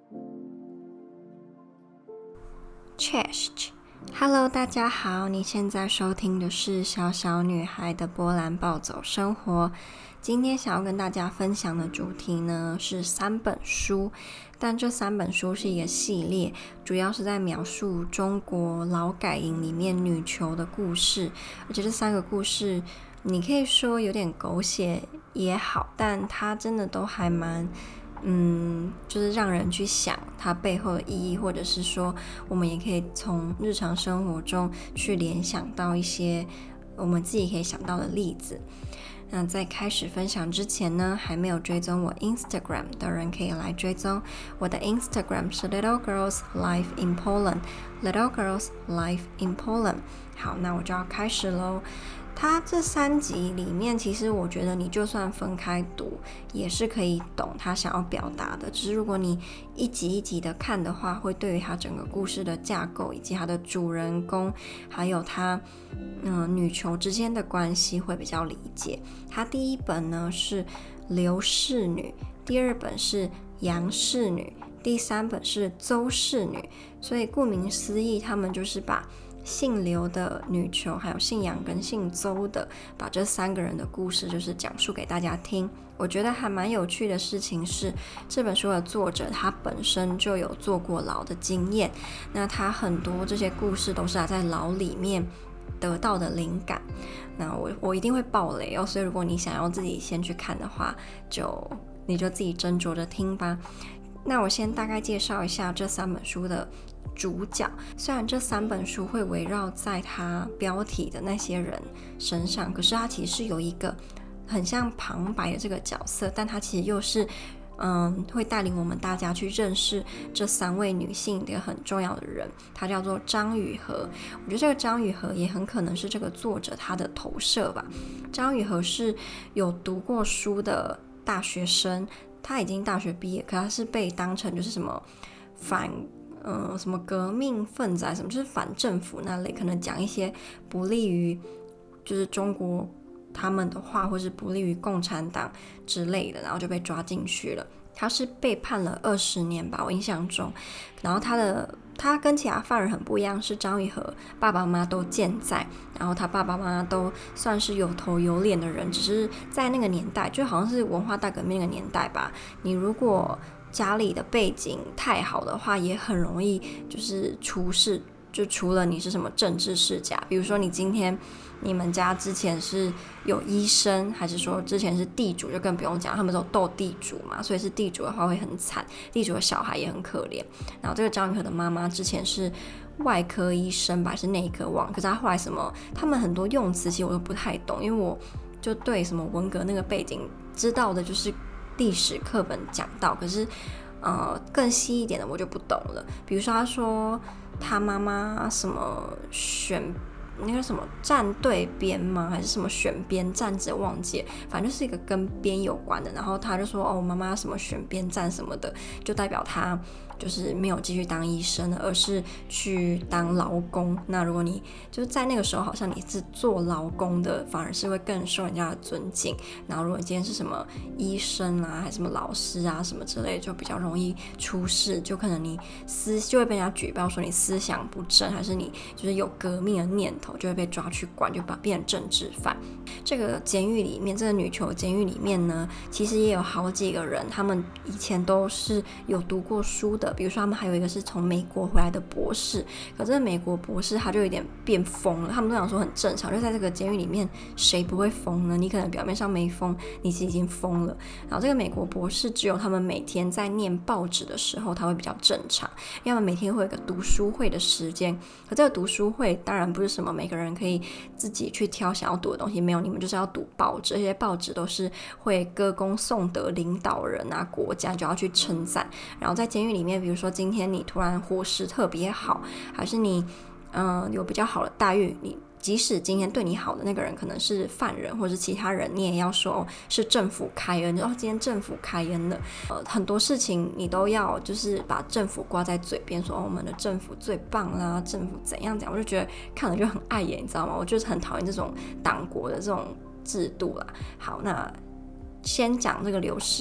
Hello， 大家好，你现在收听的是小小女孩的波兰暴走生活。今天想要跟大家分享的主题呢是3本书，但这3本书是一个系列，主要是在描述中国劳改营里面女囚的故事，而且这3个故事你可以说有点狗血也好，但它真的都还蛮就是让人去想它背后的意义，或者是说我们也可以从日常生活中去联想到一些我们自己可以想到的例子。那在开始分享之前呢，还没有追踪我 Instagram 的人可以来追踪我的 Instagram 是 Little Girls Life in Poland Little Girls Life in Poland。 好，那我就要开始咯。它这3集里面，其实我觉得你就算分开读也是可以懂他想要表达的，只是如果你一集一集的看的话，会对于他整个故事的架构以及他的主人公还有他女囚之间的关系会比较理解。他第1本呢是刘氏女，第2本是杨氏女，第3本是邹氏女。所以顾名思义，他们就是把姓刘的女囚还有姓杨跟姓邹的，把这3个人的故事就是讲述给大家听。我觉得还蛮有趣的事情是，这本书的作者他本身就有坐过牢的经验，那他很多这些故事都是他在牢里面得到的灵感。那我一定会爆雷哦，所以如果你想要自己先去看的话，你就自己斟酌着听吧。那我先大概介绍一下这3本书的主角，虽然这3本书会围绕在他标题的那些人身上，可是他其实是有一个很像旁白的这个角色，但他其实又是会带领我们大家去认识这3位女性的很重要的人，她叫做张雨荷。我觉得这个张雨荷也很可能是这个作者他的投射吧。张雨荷是有读过书的大学生，他已经大学毕业，可他是被当成就是什么什么革命分子什么，就是反政府那类，可能讲一些不利于就是中国他们的话，或是不利于共产党之类的，然后就被抓进去了。他是被判了20年吧，我印象中。然后他跟其他犯人很不一样，是张雨荷爸爸妈妈都健在，然后他爸爸妈妈都算是有头有脸的人，只是在那个年代，就好像是文化大革命那个年代吧，你如果家里的背景太好的话，也很容易就是出事，就除了你是什么政治世家，比如说你今天你们家之前是有医生，还是说之前是地主，就更不用讲，他们都斗地主嘛，所以是地主的话会很惨，地主的小孩也很可怜。然后这个张雨荷的妈妈之前是外科医生吧，还是内科忘了，可是他后来他们很多用词其实我都不太懂，因为我就对什么文革那个背景知道的就是历史课本讲到，可是更细一点的我就不懂了。比如说他说他妈妈什么那个什么站队编吗，还是什么选边站，只忘记了，反正就是一个跟编有关的。然后他就说我妈妈什么选边站什么的，就代表他就是没有继续当医生了，而是去当劳工。那如果你就是在那个时候好像你是做劳工的，反而是会更受人家的尊敬。然后如果你今天是什么医生啊，还是什么老师啊什么之类的，就比较容易出事，就可能你就会被人家举报说你思想不正，还是你就是有革命的念头，就会被抓去关，就变成政治犯。这个监狱里面，这个女囚监狱里面呢，其实也有好几个人，他们以前都是有读过书的。比如说他们还有一个是从美国回来的博士，可这个美国博士他就有点变疯了，他们都想说很正常，就在这个监狱里面谁不会疯呢？你可能表面上没疯，你其实已经疯了。然后这个美国博士只有他们每天在念报纸的时候他会比较正常，因为他们每天会有一个读书会的时间，可这个读书会当然不是什么每个人可以自己去挑想要读的东西，没有，你们就是要读报纸，这些报纸都是会歌功颂德领导人啊国家，就要去称赞。然后在监狱里面，比如说今天你突然伙食特别好，还是你有比较好的待遇，你即使今天对你好的那个人可能是犯人或者是其他人，你也要说是政府开恩，今天政府开恩了。很多事情你都要就是把政府挂在嘴边，说我们的政府最棒啦，政府怎样怎样，我就觉得看了就很碍眼，你知道吗？我就是很讨厌这种党国的这种制度啦。好，那先讲这个刘氏女。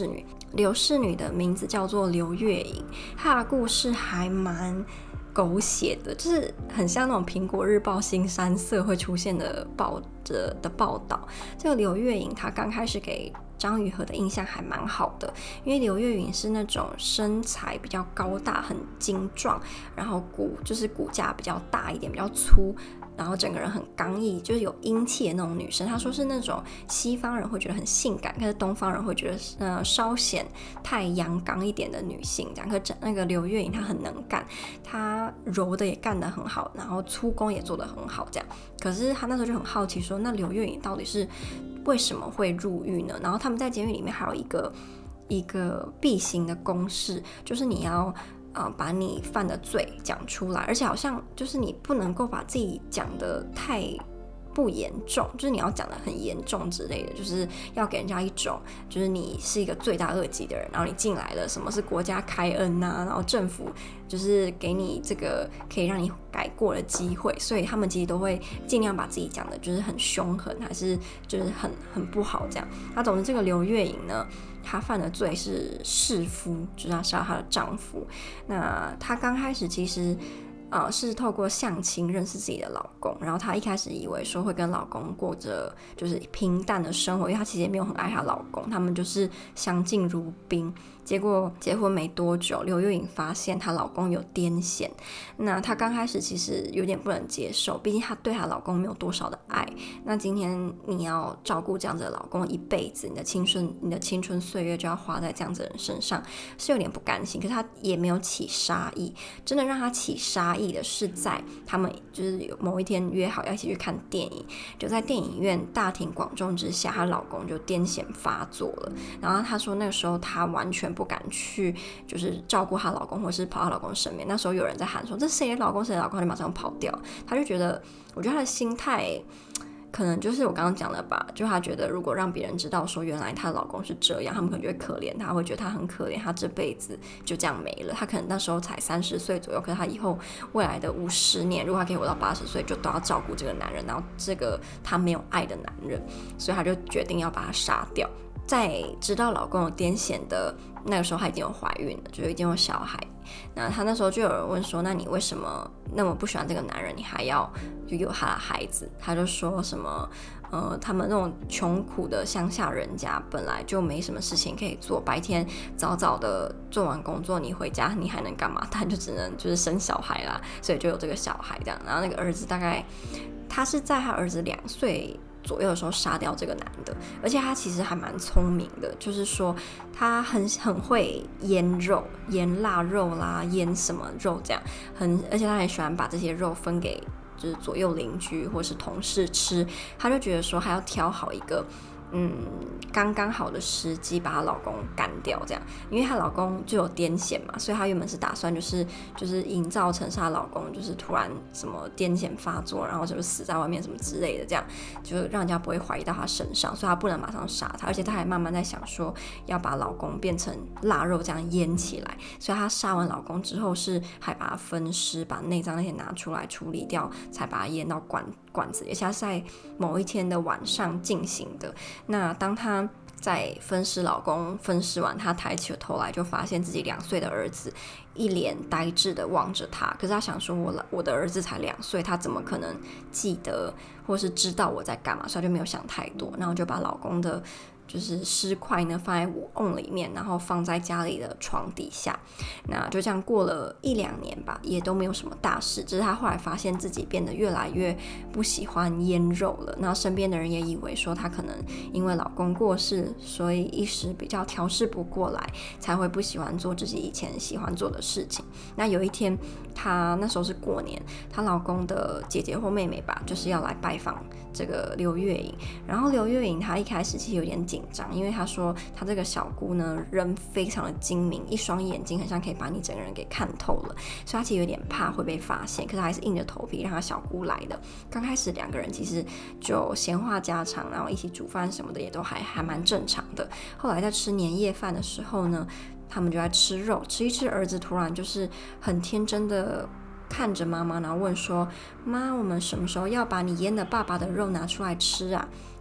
刘氏女的名字叫做刘月莹，她的故事还蛮狗血的，就是很像那种苹果日报新山色会出现的报道。这个刘月莹她刚开始给张宇和的印象还蛮好的，因为刘月莹是那种身材比较高大很精壮，然后骨架比较大一点，比较粗，然后整个人很刚毅，就是有英气的那种女生。她说是那种西方人会觉得很性感，可是东方人会觉得稍显太阳刚一点的女性这样。可那个刘月莹她很能干，她柔的也干得很好，然后粗工也做得很好这样。可是她那时候就很好奇说，那刘月莹到底是为什么会入狱呢？然后他们在监狱里面还有一个必行的公式，就是你要把你犯的罪讲出来，而且好像就是你不能够把自己讲得太不严重，就是你要讲得很严重之类的，就是要给人家一种就是你是一个罪大恶极的人，然后你进来了，什么是国家开恩啊，然后政府就是给你这个可以让你改过的机会，所以他们其实都会尽量把自己讲的就是很凶狠，还是就是很不好这样。那总之这个刘月莹呢，她犯的罪是弑夫，就是她杀她的丈夫。那她刚开始其实是透过相亲认识自己的老公，然后她一开始以为说会跟老公过着就是平淡的生活，因为她其实也没有很爱她老公，他们就是相敬如宾。结果结婚没多久，刘月莹发现她老公有癫痫，那她刚开始其实有点不能接受，毕竟她对她老公没有多少的爱。那今天你要照顾这样子的老公一辈子，你的青春岁月就要花在这样子的人身上，是有点不甘心。可是她也没有起杀意，真的让她起杀意的是在他们就是有某一天约好要一起去看电影，就在电影院大庭广众之下，她老公就癫痫发作了。然后她说那个时候她完全不敢去就是照顾她老公，或是跑她老公身边。那时候有人在喊说这谁的老公谁的老公，她就马上跑掉。她就觉得，我觉得她的心态可能就是我刚刚讲的吧，就她觉得如果让别人知道说原来她老公是这样，他们可能就会可怜她，会觉得她很可怜，她这辈子就这样没了。她可能那时候才30岁左右，可是她以后未来的50年，如果她可以活到80岁，就都要照顾这个男人，然后这个她没有爱的男人，所以她就决定要把他杀掉。在知道老公有癫痫的那个时候，她已经有怀孕了，就已经有小孩。那她那时候就有人问说，那你为什么那么不喜欢这个男人，你还要就有他的孩子？她就说什么他们那种穷苦的乡下人家本来就没什么事情可以做，白天早早的做完工作，你回家你还能干嘛？他就只能就是生小孩啦，所以就有这个小孩这样。然后那个儿子大概他是在他儿子2岁左右的时候杀掉这个男的，而且他其实还蛮聪明的，就是说他很会腌肉，腌腊肉啦，腌什么肉这样，而且他很喜欢把这些肉分给就是左右邻居或是同事吃。他就觉得说还要挑好一个刚刚好的时机把她老公干掉这样，因为她老公就有癫痫嘛，所以她原本是打算就是营造成是她老公就是突然什么癫痫发作，然后就是死在外面什么之类的，这样就让人家不会怀疑到她身上，所以她不能马上杀她，而且她还慢慢在想说要把老公变成腊肉这样腌起来，所以她杀完老公之后是还把它分尸，把内脏那些拿出来处理掉，才把它腌到管子里，而且是在某一天的晚上进行的。那当她在分尸老公分尸完，她抬起了头来，就发现自己2岁的儿子一脸呆滞的望着她。可是她想说我的儿子才2岁，他怎么可能记得或是知道我在干嘛，所以她就没有想太多，然后就把老公的就是尸块呢放在瓮里面，然后放在家里的床底下。那就这样过了1-2年吧，也都没有什么大事。只是她后来发现自己变得越来越不喜欢腌肉了，然后身边的人也以为说她可能因为老公过世，所以一时比较调试不过来，才会不喜欢做自己以前喜欢做的事情。那有一天，她那时候是过年，她老公的姐姐或妹妹吧，就是要来拜访这个刘月莹。然后刘月莹她一开始其实有点紧张，因为她说她这个小姑呢人非常的精明，一双眼睛很像可以把你整个人给看透了，所以她其实有点怕会被发现，可是她还是硬着头皮让她小姑来的。刚开始2个人其实就闲话家常，然后一起煮饭什么的也都还蛮正常的。后来在吃年夜饭的时候呢，他们就在吃肉，吃一吃，儿子突然就是很天真的看着妈妈，然后问说：妈，我们什么时候要把你腌的爸爸的肉拿出来吃啊？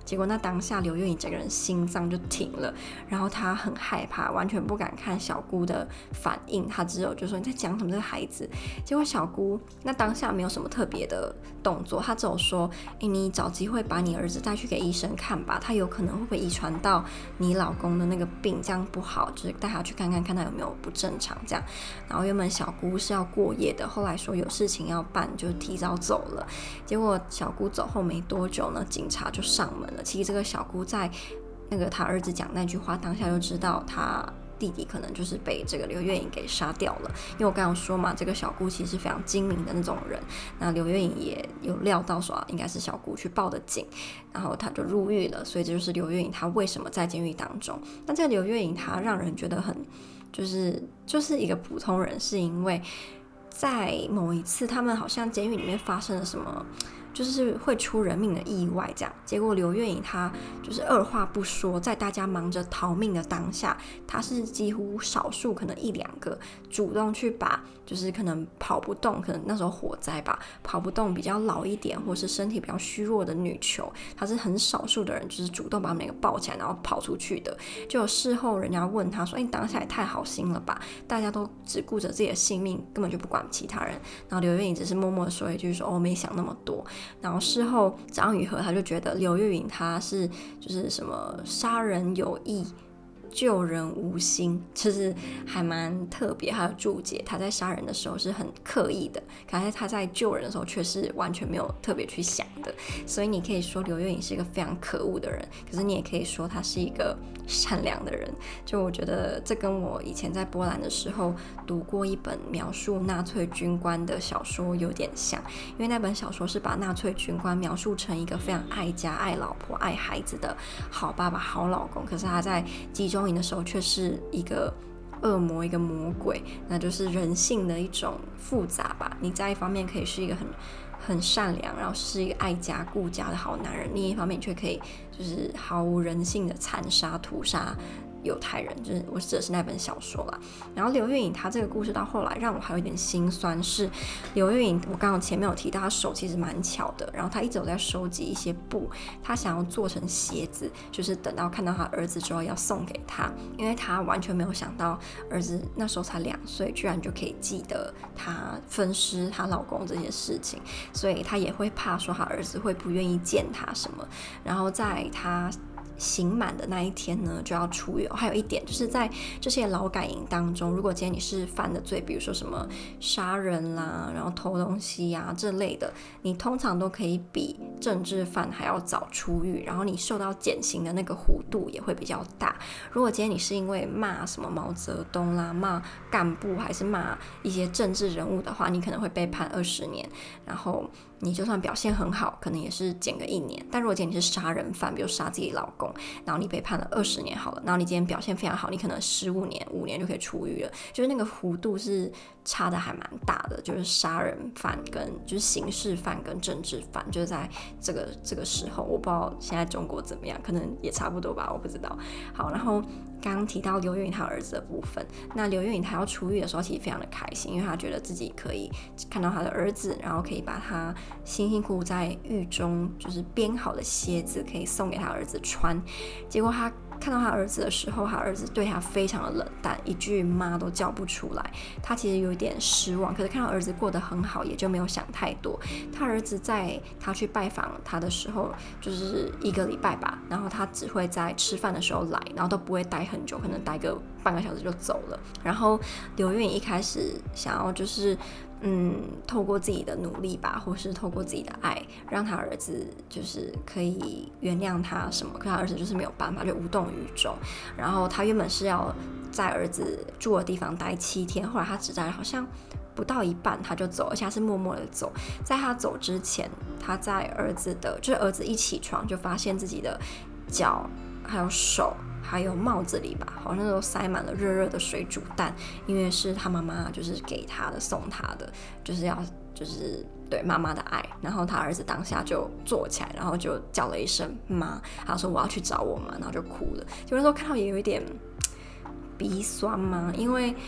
结果那当下刘月颖整个人心脏就停了，然后他很害怕，完全不敢看小姑的反应，他只有就说你在讲什么这个孩子。结果小姑那当下没有什么特别的动作，他只有说你找机会把你儿子带去给医生看吧，他有可能会不会遗传到你老公的那个病，这样不好，就是带他去看看他有没有不正常这样。然后原本小姑是要过夜的，后来说有事情要办，就提早走了。结果小姑走后没多久呢，警察就上门了。其实这个小姑在那个他儿子讲那句话当下就知道他弟弟可能就是被这个刘月颖给杀掉了，因为我刚刚说嘛，这个小姑其实是非常精明的那种人，那刘月颖也有料到说应该是小姑去报的警，然后他就入狱了，所以这就是刘月颖他为什么在监狱当中。那这个刘月颖他让人觉得很就是一个普通人，是因为在某一次他们好像监狱里面发生了什么就是会出人命的意外这样，结果刘月颖她就是二话不说，在大家忙着逃命的当下，她是几乎少数可能1-2个主动去把就是可能跑不动，可能那时候火灾吧，跑不动比较老一点或是身体比较虚弱的女囚，她是很少数的人就是主动把他们两个抱起来然后跑出去的。就有事后人家问她说你当下也太好心了吧，大家都只顾着自己的性命，根本就不管其他人。然后刘月颖只是默默的说一句说没想那么多。然后事后张宇和他就觉得刘月颖他是就是什么杀人有意救人无心，就是还蛮特别。还有注解他在杀人的时候是很刻意的，可是他在救人的时候却是完全没有特别去想的。所以你可以说刘月颖是一个非常可恶的人，可是你也可以说他是一个善良的人。就我觉得这跟我以前在波兰的时候读过一本描述纳粹军官的小说有点像，因为那本小说是把纳粹军官描述成一个非常爱家爱老婆爱孩子的好爸爸好老公，可是他在集中营的时候却是一个恶魔一个魔鬼，那就是人性的一种复杂吧。你在一方面可以是一个很善良，然后是一个爱家顾家的好男人，另一方面却可以就是毫无人性的残杀屠杀犹太人，就是我指的是那本小说啦。然后刘月颖她这个故事到后来让我还有一点心酸，是刘月颖我刚刚前面有提到她手其实蛮巧的，然后她一直有在收集一些布，她想要做成鞋子，就是等到看到她儿子之后要送给他，因为她完全没有想到儿子那时候才2岁，居然就可以记得她分尸她老公这些事情，所以她也会怕说她儿子会不愿意见她什么。然后在她刑满的那一天呢就要出狱。还有一点就是在这些劳改营当中，如果今天你是犯的罪，比如说什么杀人啦，然后偷东西啊这类的，你通常都可以比政治犯还要早出狱，然后你受到减刑的那个弧度也会比较大。如果今天你是因为骂什么毛泽东啦，骂干部还是骂一些政治人物的话，你可能会被判20年，然后你就算表现很好可能也是减个1年。但如果今天你是杀人犯，比如杀自己老公，然后你被判了20年好了，然后你今天表现非常好，你可能15年5年就可以出狱了，就是那个弧度是差的还蛮大的，就是杀人犯跟就是刑事犯跟政治犯，就是在这个时候，我不知道现在中国怎么样，可能也差不多吧，我不知道。好，然后刚刚提到刘月颖他儿子的部分，那刘月颖他要出狱的时候其实非常的开心，因为他觉得自己可以看到他的儿子，然后可以把他辛辛苦苦在狱中就是编好的鞋子可以送给他儿子穿。结果他看到他儿子的时候，他儿子对他非常的冷淡，一句妈都叫不出来。他其实有一点失望，可是看到儿子过得很好，也就没有想太多。他儿子在他去拜访他的时候，就是1个礼拜吧，然后他只会在吃饭的时候来，然后都不会待很久，可能待个半个小时就走了。然后刘月颖一开始想要就是透过自己的努力吧，或是透过自己的爱，让他儿子就是可以原谅他什么，可他儿子就是没有办法，就无动于衷。然后他原本是要在儿子住的地方待7天，后来他只待好像不到一半他就走，而且他是默默的走。在他走之前，他在就是儿子一起床就发现自己的脚还有手还有帽子里吧，好像都塞满了热热的水煮蛋，因为是他妈妈就是给他的送他的，就是对妈妈的爱。然后他儿子当下就坐起来，然后就叫了一声妈，他说我要去找我妈，然后就哭了。有人说看到也有一点鼻酸嘛，因为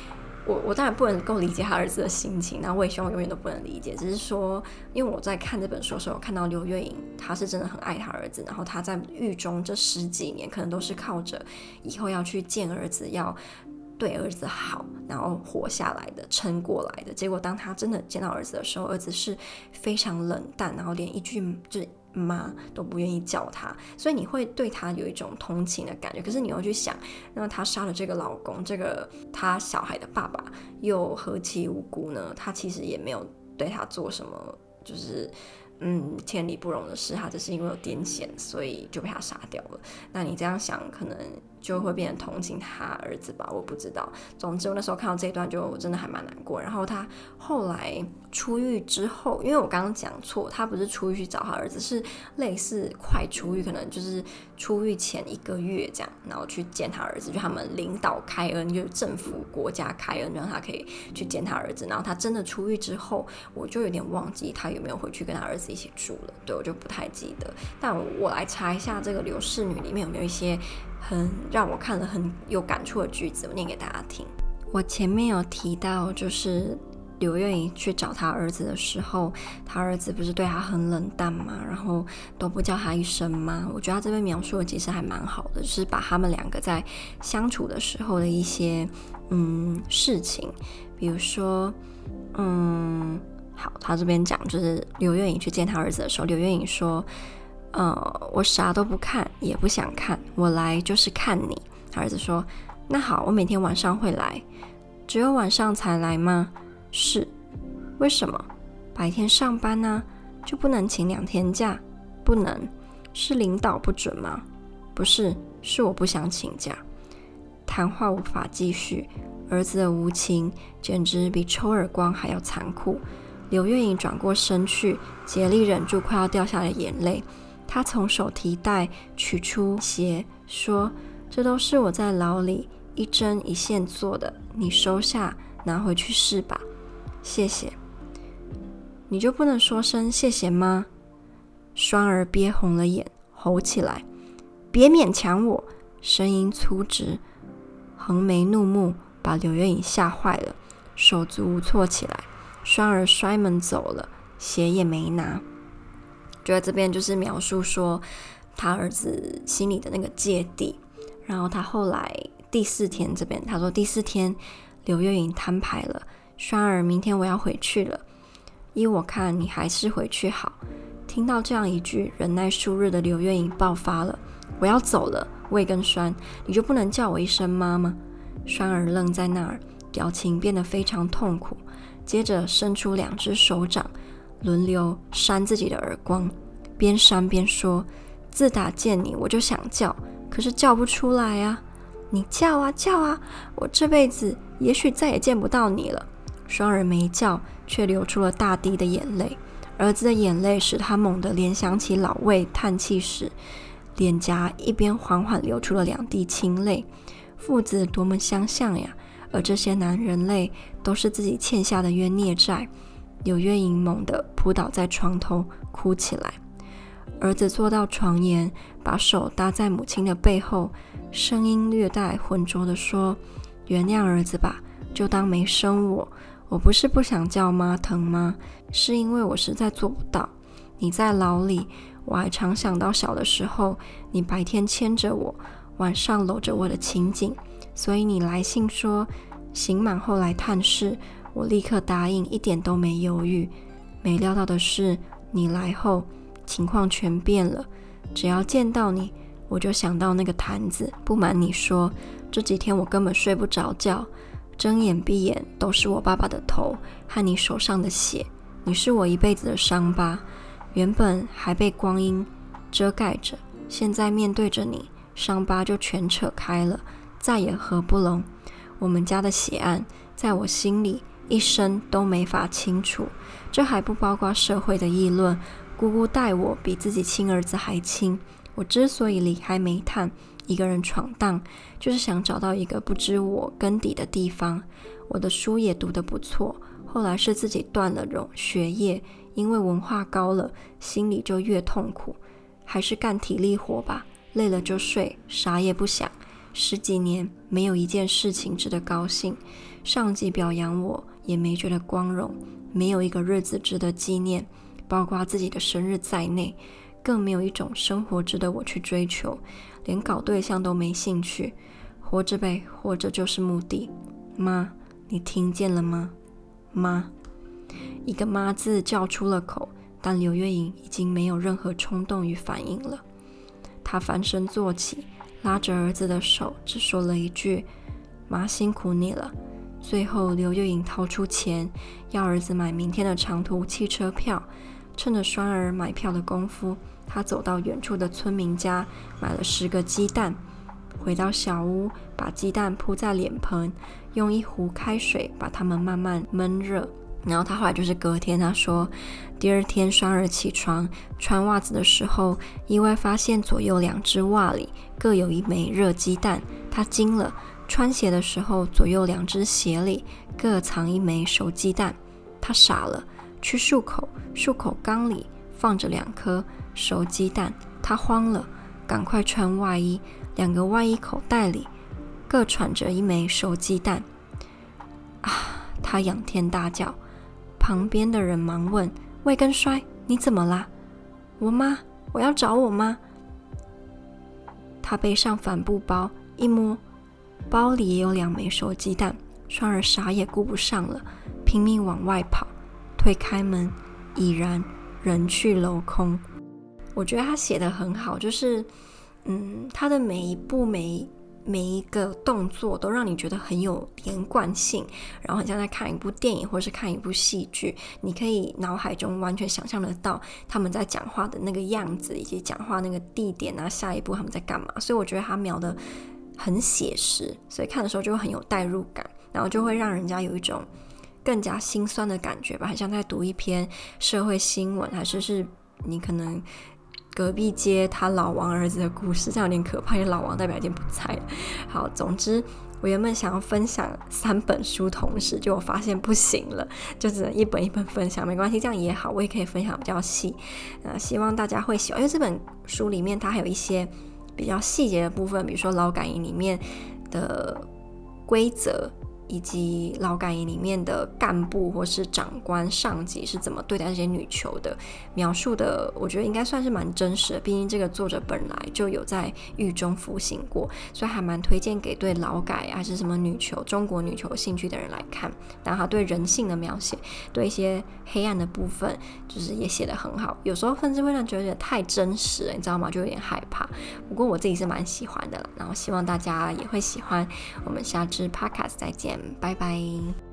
我当然不能够理解他儿子的心情，那我也希望永远都不能理解。只是说，因为我在看这本书的时候，看到刘月颖他是真的很爱他儿子，然后他在狱中这10几年，可能都是靠着以后要去见儿子，要对儿子好，然后活下来的，撑过来的。结果当他真的见到儿子的时候，儿子是非常冷淡，然后连一句就是妈都不愿意叫他，所以你会对他有一种同情的感觉。可是你又去想，那他杀了这个老公，这个他小孩的爸爸又何其无辜呢？他其实也没有对他做什么，就是天理不容的事，他只是因为有癫痫，所以就被他杀掉了。那你这样想，可能就会变成同情他儿子吧，我不知道。总之我那时候看到这一段就真的还蛮难过。然后他后来出狱之后，因为我刚刚讲错，他不是出狱去找他儿子，是类似快出狱，可能就是出狱前1个月这样，然后去见他儿子，就他们领导开恩，就是政府国家开恩，让他可以去见他儿子。然后他真的出狱之后，我就有点忘记他有没有回去跟他儿子一起住了，对，我就不太记得。但我来查一下这个《刘氏女》里面有没有一些很让我看了很有感触的句子，我念给大家听。我前面有提到，就是刘月颖去找他儿子的时候，他儿子不是对他很冷淡吗？然后都不叫他一声妈。我觉得他这边描述的其实还蛮好的，就是把他们两个在相处的时候的一些事情，比如说好，他这边讲就是刘月颖去见他儿子的时候，刘月颖说我啥都不看，也不想看，我来就是看你。他儿子说那好，我每天晚上会来。只有晚上才来吗？是。为什么？白天上班啊，就不能请2天假？不能。是领导不准吗？不是，是我不想请假。谈话无法继续，儿子的无情简直比抽耳光还要残酷。刘月颖转过身去，竭力忍住快要掉下的眼泪。他从手提袋取出鞋，说：“这都是我在牢里一针一线做的，你收下，拿回去试吧。谢谢。”你就不能说声谢谢吗？双儿憋红了眼，吼起来：“别勉强我！”声音粗直，横眉怒目，把刘月颖吓坏了，手足无措起来。双儿摔门走了，鞋也没拿。觉得这边就是描述说他儿子心里的那个芥蒂。然后他后来第4天这边他说第4天刘月颖摊牌了，双儿明天我要回去了，依我看你还是回去好。听到这样一句，忍耐数日的刘月颖爆发了：我要走了，胃更酸，你就不能叫我一声妈吗？双儿愣在那儿，表情变得非常痛苦，接着伸出2只手掌轮流扇自己的耳光，边扇边说：自打见你我就想叫，可是叫不出来啊！你叫啊叫啊，我这辈子也许再也见不到你了。双儿没叫，却流出了大滴的眼泪。儿子的眼泪使他猛地联想起老魏叹气时，脸颊一边缓缓流出了2滴清泪。父子多么相像呀！而这些男人泪都是自己欠下的冤孽债。刘月颖猛地扑倒在床头，哭起来。儿子坐到床沿，把手搭在母亲的背后，声音略带浑浊地说：原谅儿子吧，就当没生我。我不是不想叫妈疼吗？是因为我实在做不到。你在牢里，我还常想到小的时候，你白天牵着我，晚上搂着我的情景。所以你来信说刑满后来探视，我立刻答应，一点都没犹豫。没料到的是，你来后情况全变了。只要见到你，我就想到那个坛子。不瞒你说，这几天我根本睡不着觉，睁眼闭眼都是我爸爸的头和你手上的血。你是我一辈子的伤疤，原本还被光阴遮盖着，现在面对着你，伤疤就全扯开了，再也合不拢。我们家的血案在我心里一生都没法清楚，这还不包括社会的议论。姑姑待我比自己亲儿子还亲。我之所以离开煤炭，一个人闯荡，就是想找到一个不知我根底的地方。我的书也读得不错，后来是自己断了学业，因为文化高了，心里就越痛苦。还是干体力活吧，累了就睡，啥也不想。10几年没有一件事情值得高兴。 上级表扬我也没觉得光荣，没有一个日子值得纪念，包括自己的生日在内，更没有一种生活值得我去追求，连搞对象都没兴趣。活着呗，活着就是目的。妈，你听见了吗？妈。一个妈字叫出了口，但刘月莹已经没有任何冲动与反应了。她翻身坐起，拉着儿子的手，只说了一句：妈辛苦你了。最后刘月莹掏出钱，要儿子买明天的长途汽车票。趁着栓儿买票的功夫，她走到远处的村民家，买了10个鸡蛋。回到小屋，把鸡蛋铺在脸盆，用一壶开水把它们慢慢焖热。然后他后来就是隔天，他说第二天栓儿起床穿袜子的时候，意外发现左右2只袜里各有1枚热鸡蛋，他惊了。穿鞋的时候，左右2只鞋里各藏1枚熟鸡蛋，他傻了。去漱口，漱口缸里放着2颗熟鸡蛋，他慌了，赶快穿外衣，2个外衣口袋里各揣着1枚熟鸡蛋。他仰天大叫。旁边的人忙问：魏根衰，你怎么啦？我妈，我要找我妈。他背上帆布包，一摸，包里也有2枚熟鸡蛋。栓儿啥也顾不上了，拼命往外跑。推开门，已然人去楼空。我觉得他写得很好，就是他的每一步每一个动作都让你觉得很有连贯性，然后很像在看一部电影或是看一部戏剧，你可以脑海中完全想象得到他们在讲话的那个样子，以及讲话那个地点啊，下一步他们在干嘛。所以我觉得他描得很写实，所以看的时候就会很有代入感，然后就会让人家有一种更加心酸的感觉吧，很像在读一篇社会新闻，还是你可能隔壁街他老王儿子的故事，这样有点可怕，因为老王代表已经不在了。好，总之我原本想要分享3本书同时，就我发现不行了，就只能一本一本分享，没关系，这样也好，我也可以分享比较细。希望大家会喜欢，因为这本书里面它还有一些比较细节的部分，比如说劳改营里面的规则，以及劳改营里面的干部或是长官上级是怎么对待这些女囚的，描述的我觉得应该算是蛮真实的，毕竟这个作者本来就有在狱中服刑过，所以还蛮推荐给对劳改还是什么女囚、中国女囚有兴趣的人来看。然后他对人性的描写，对一些黑暗的部分就是也写得很好，有时候甚至会让人觉得太真实了，你知道吗？就有点害怕，不过我自己是蛮喜欢的啦，然后希望大家也会喜欢。我们下支 podcast 再见，拜拜。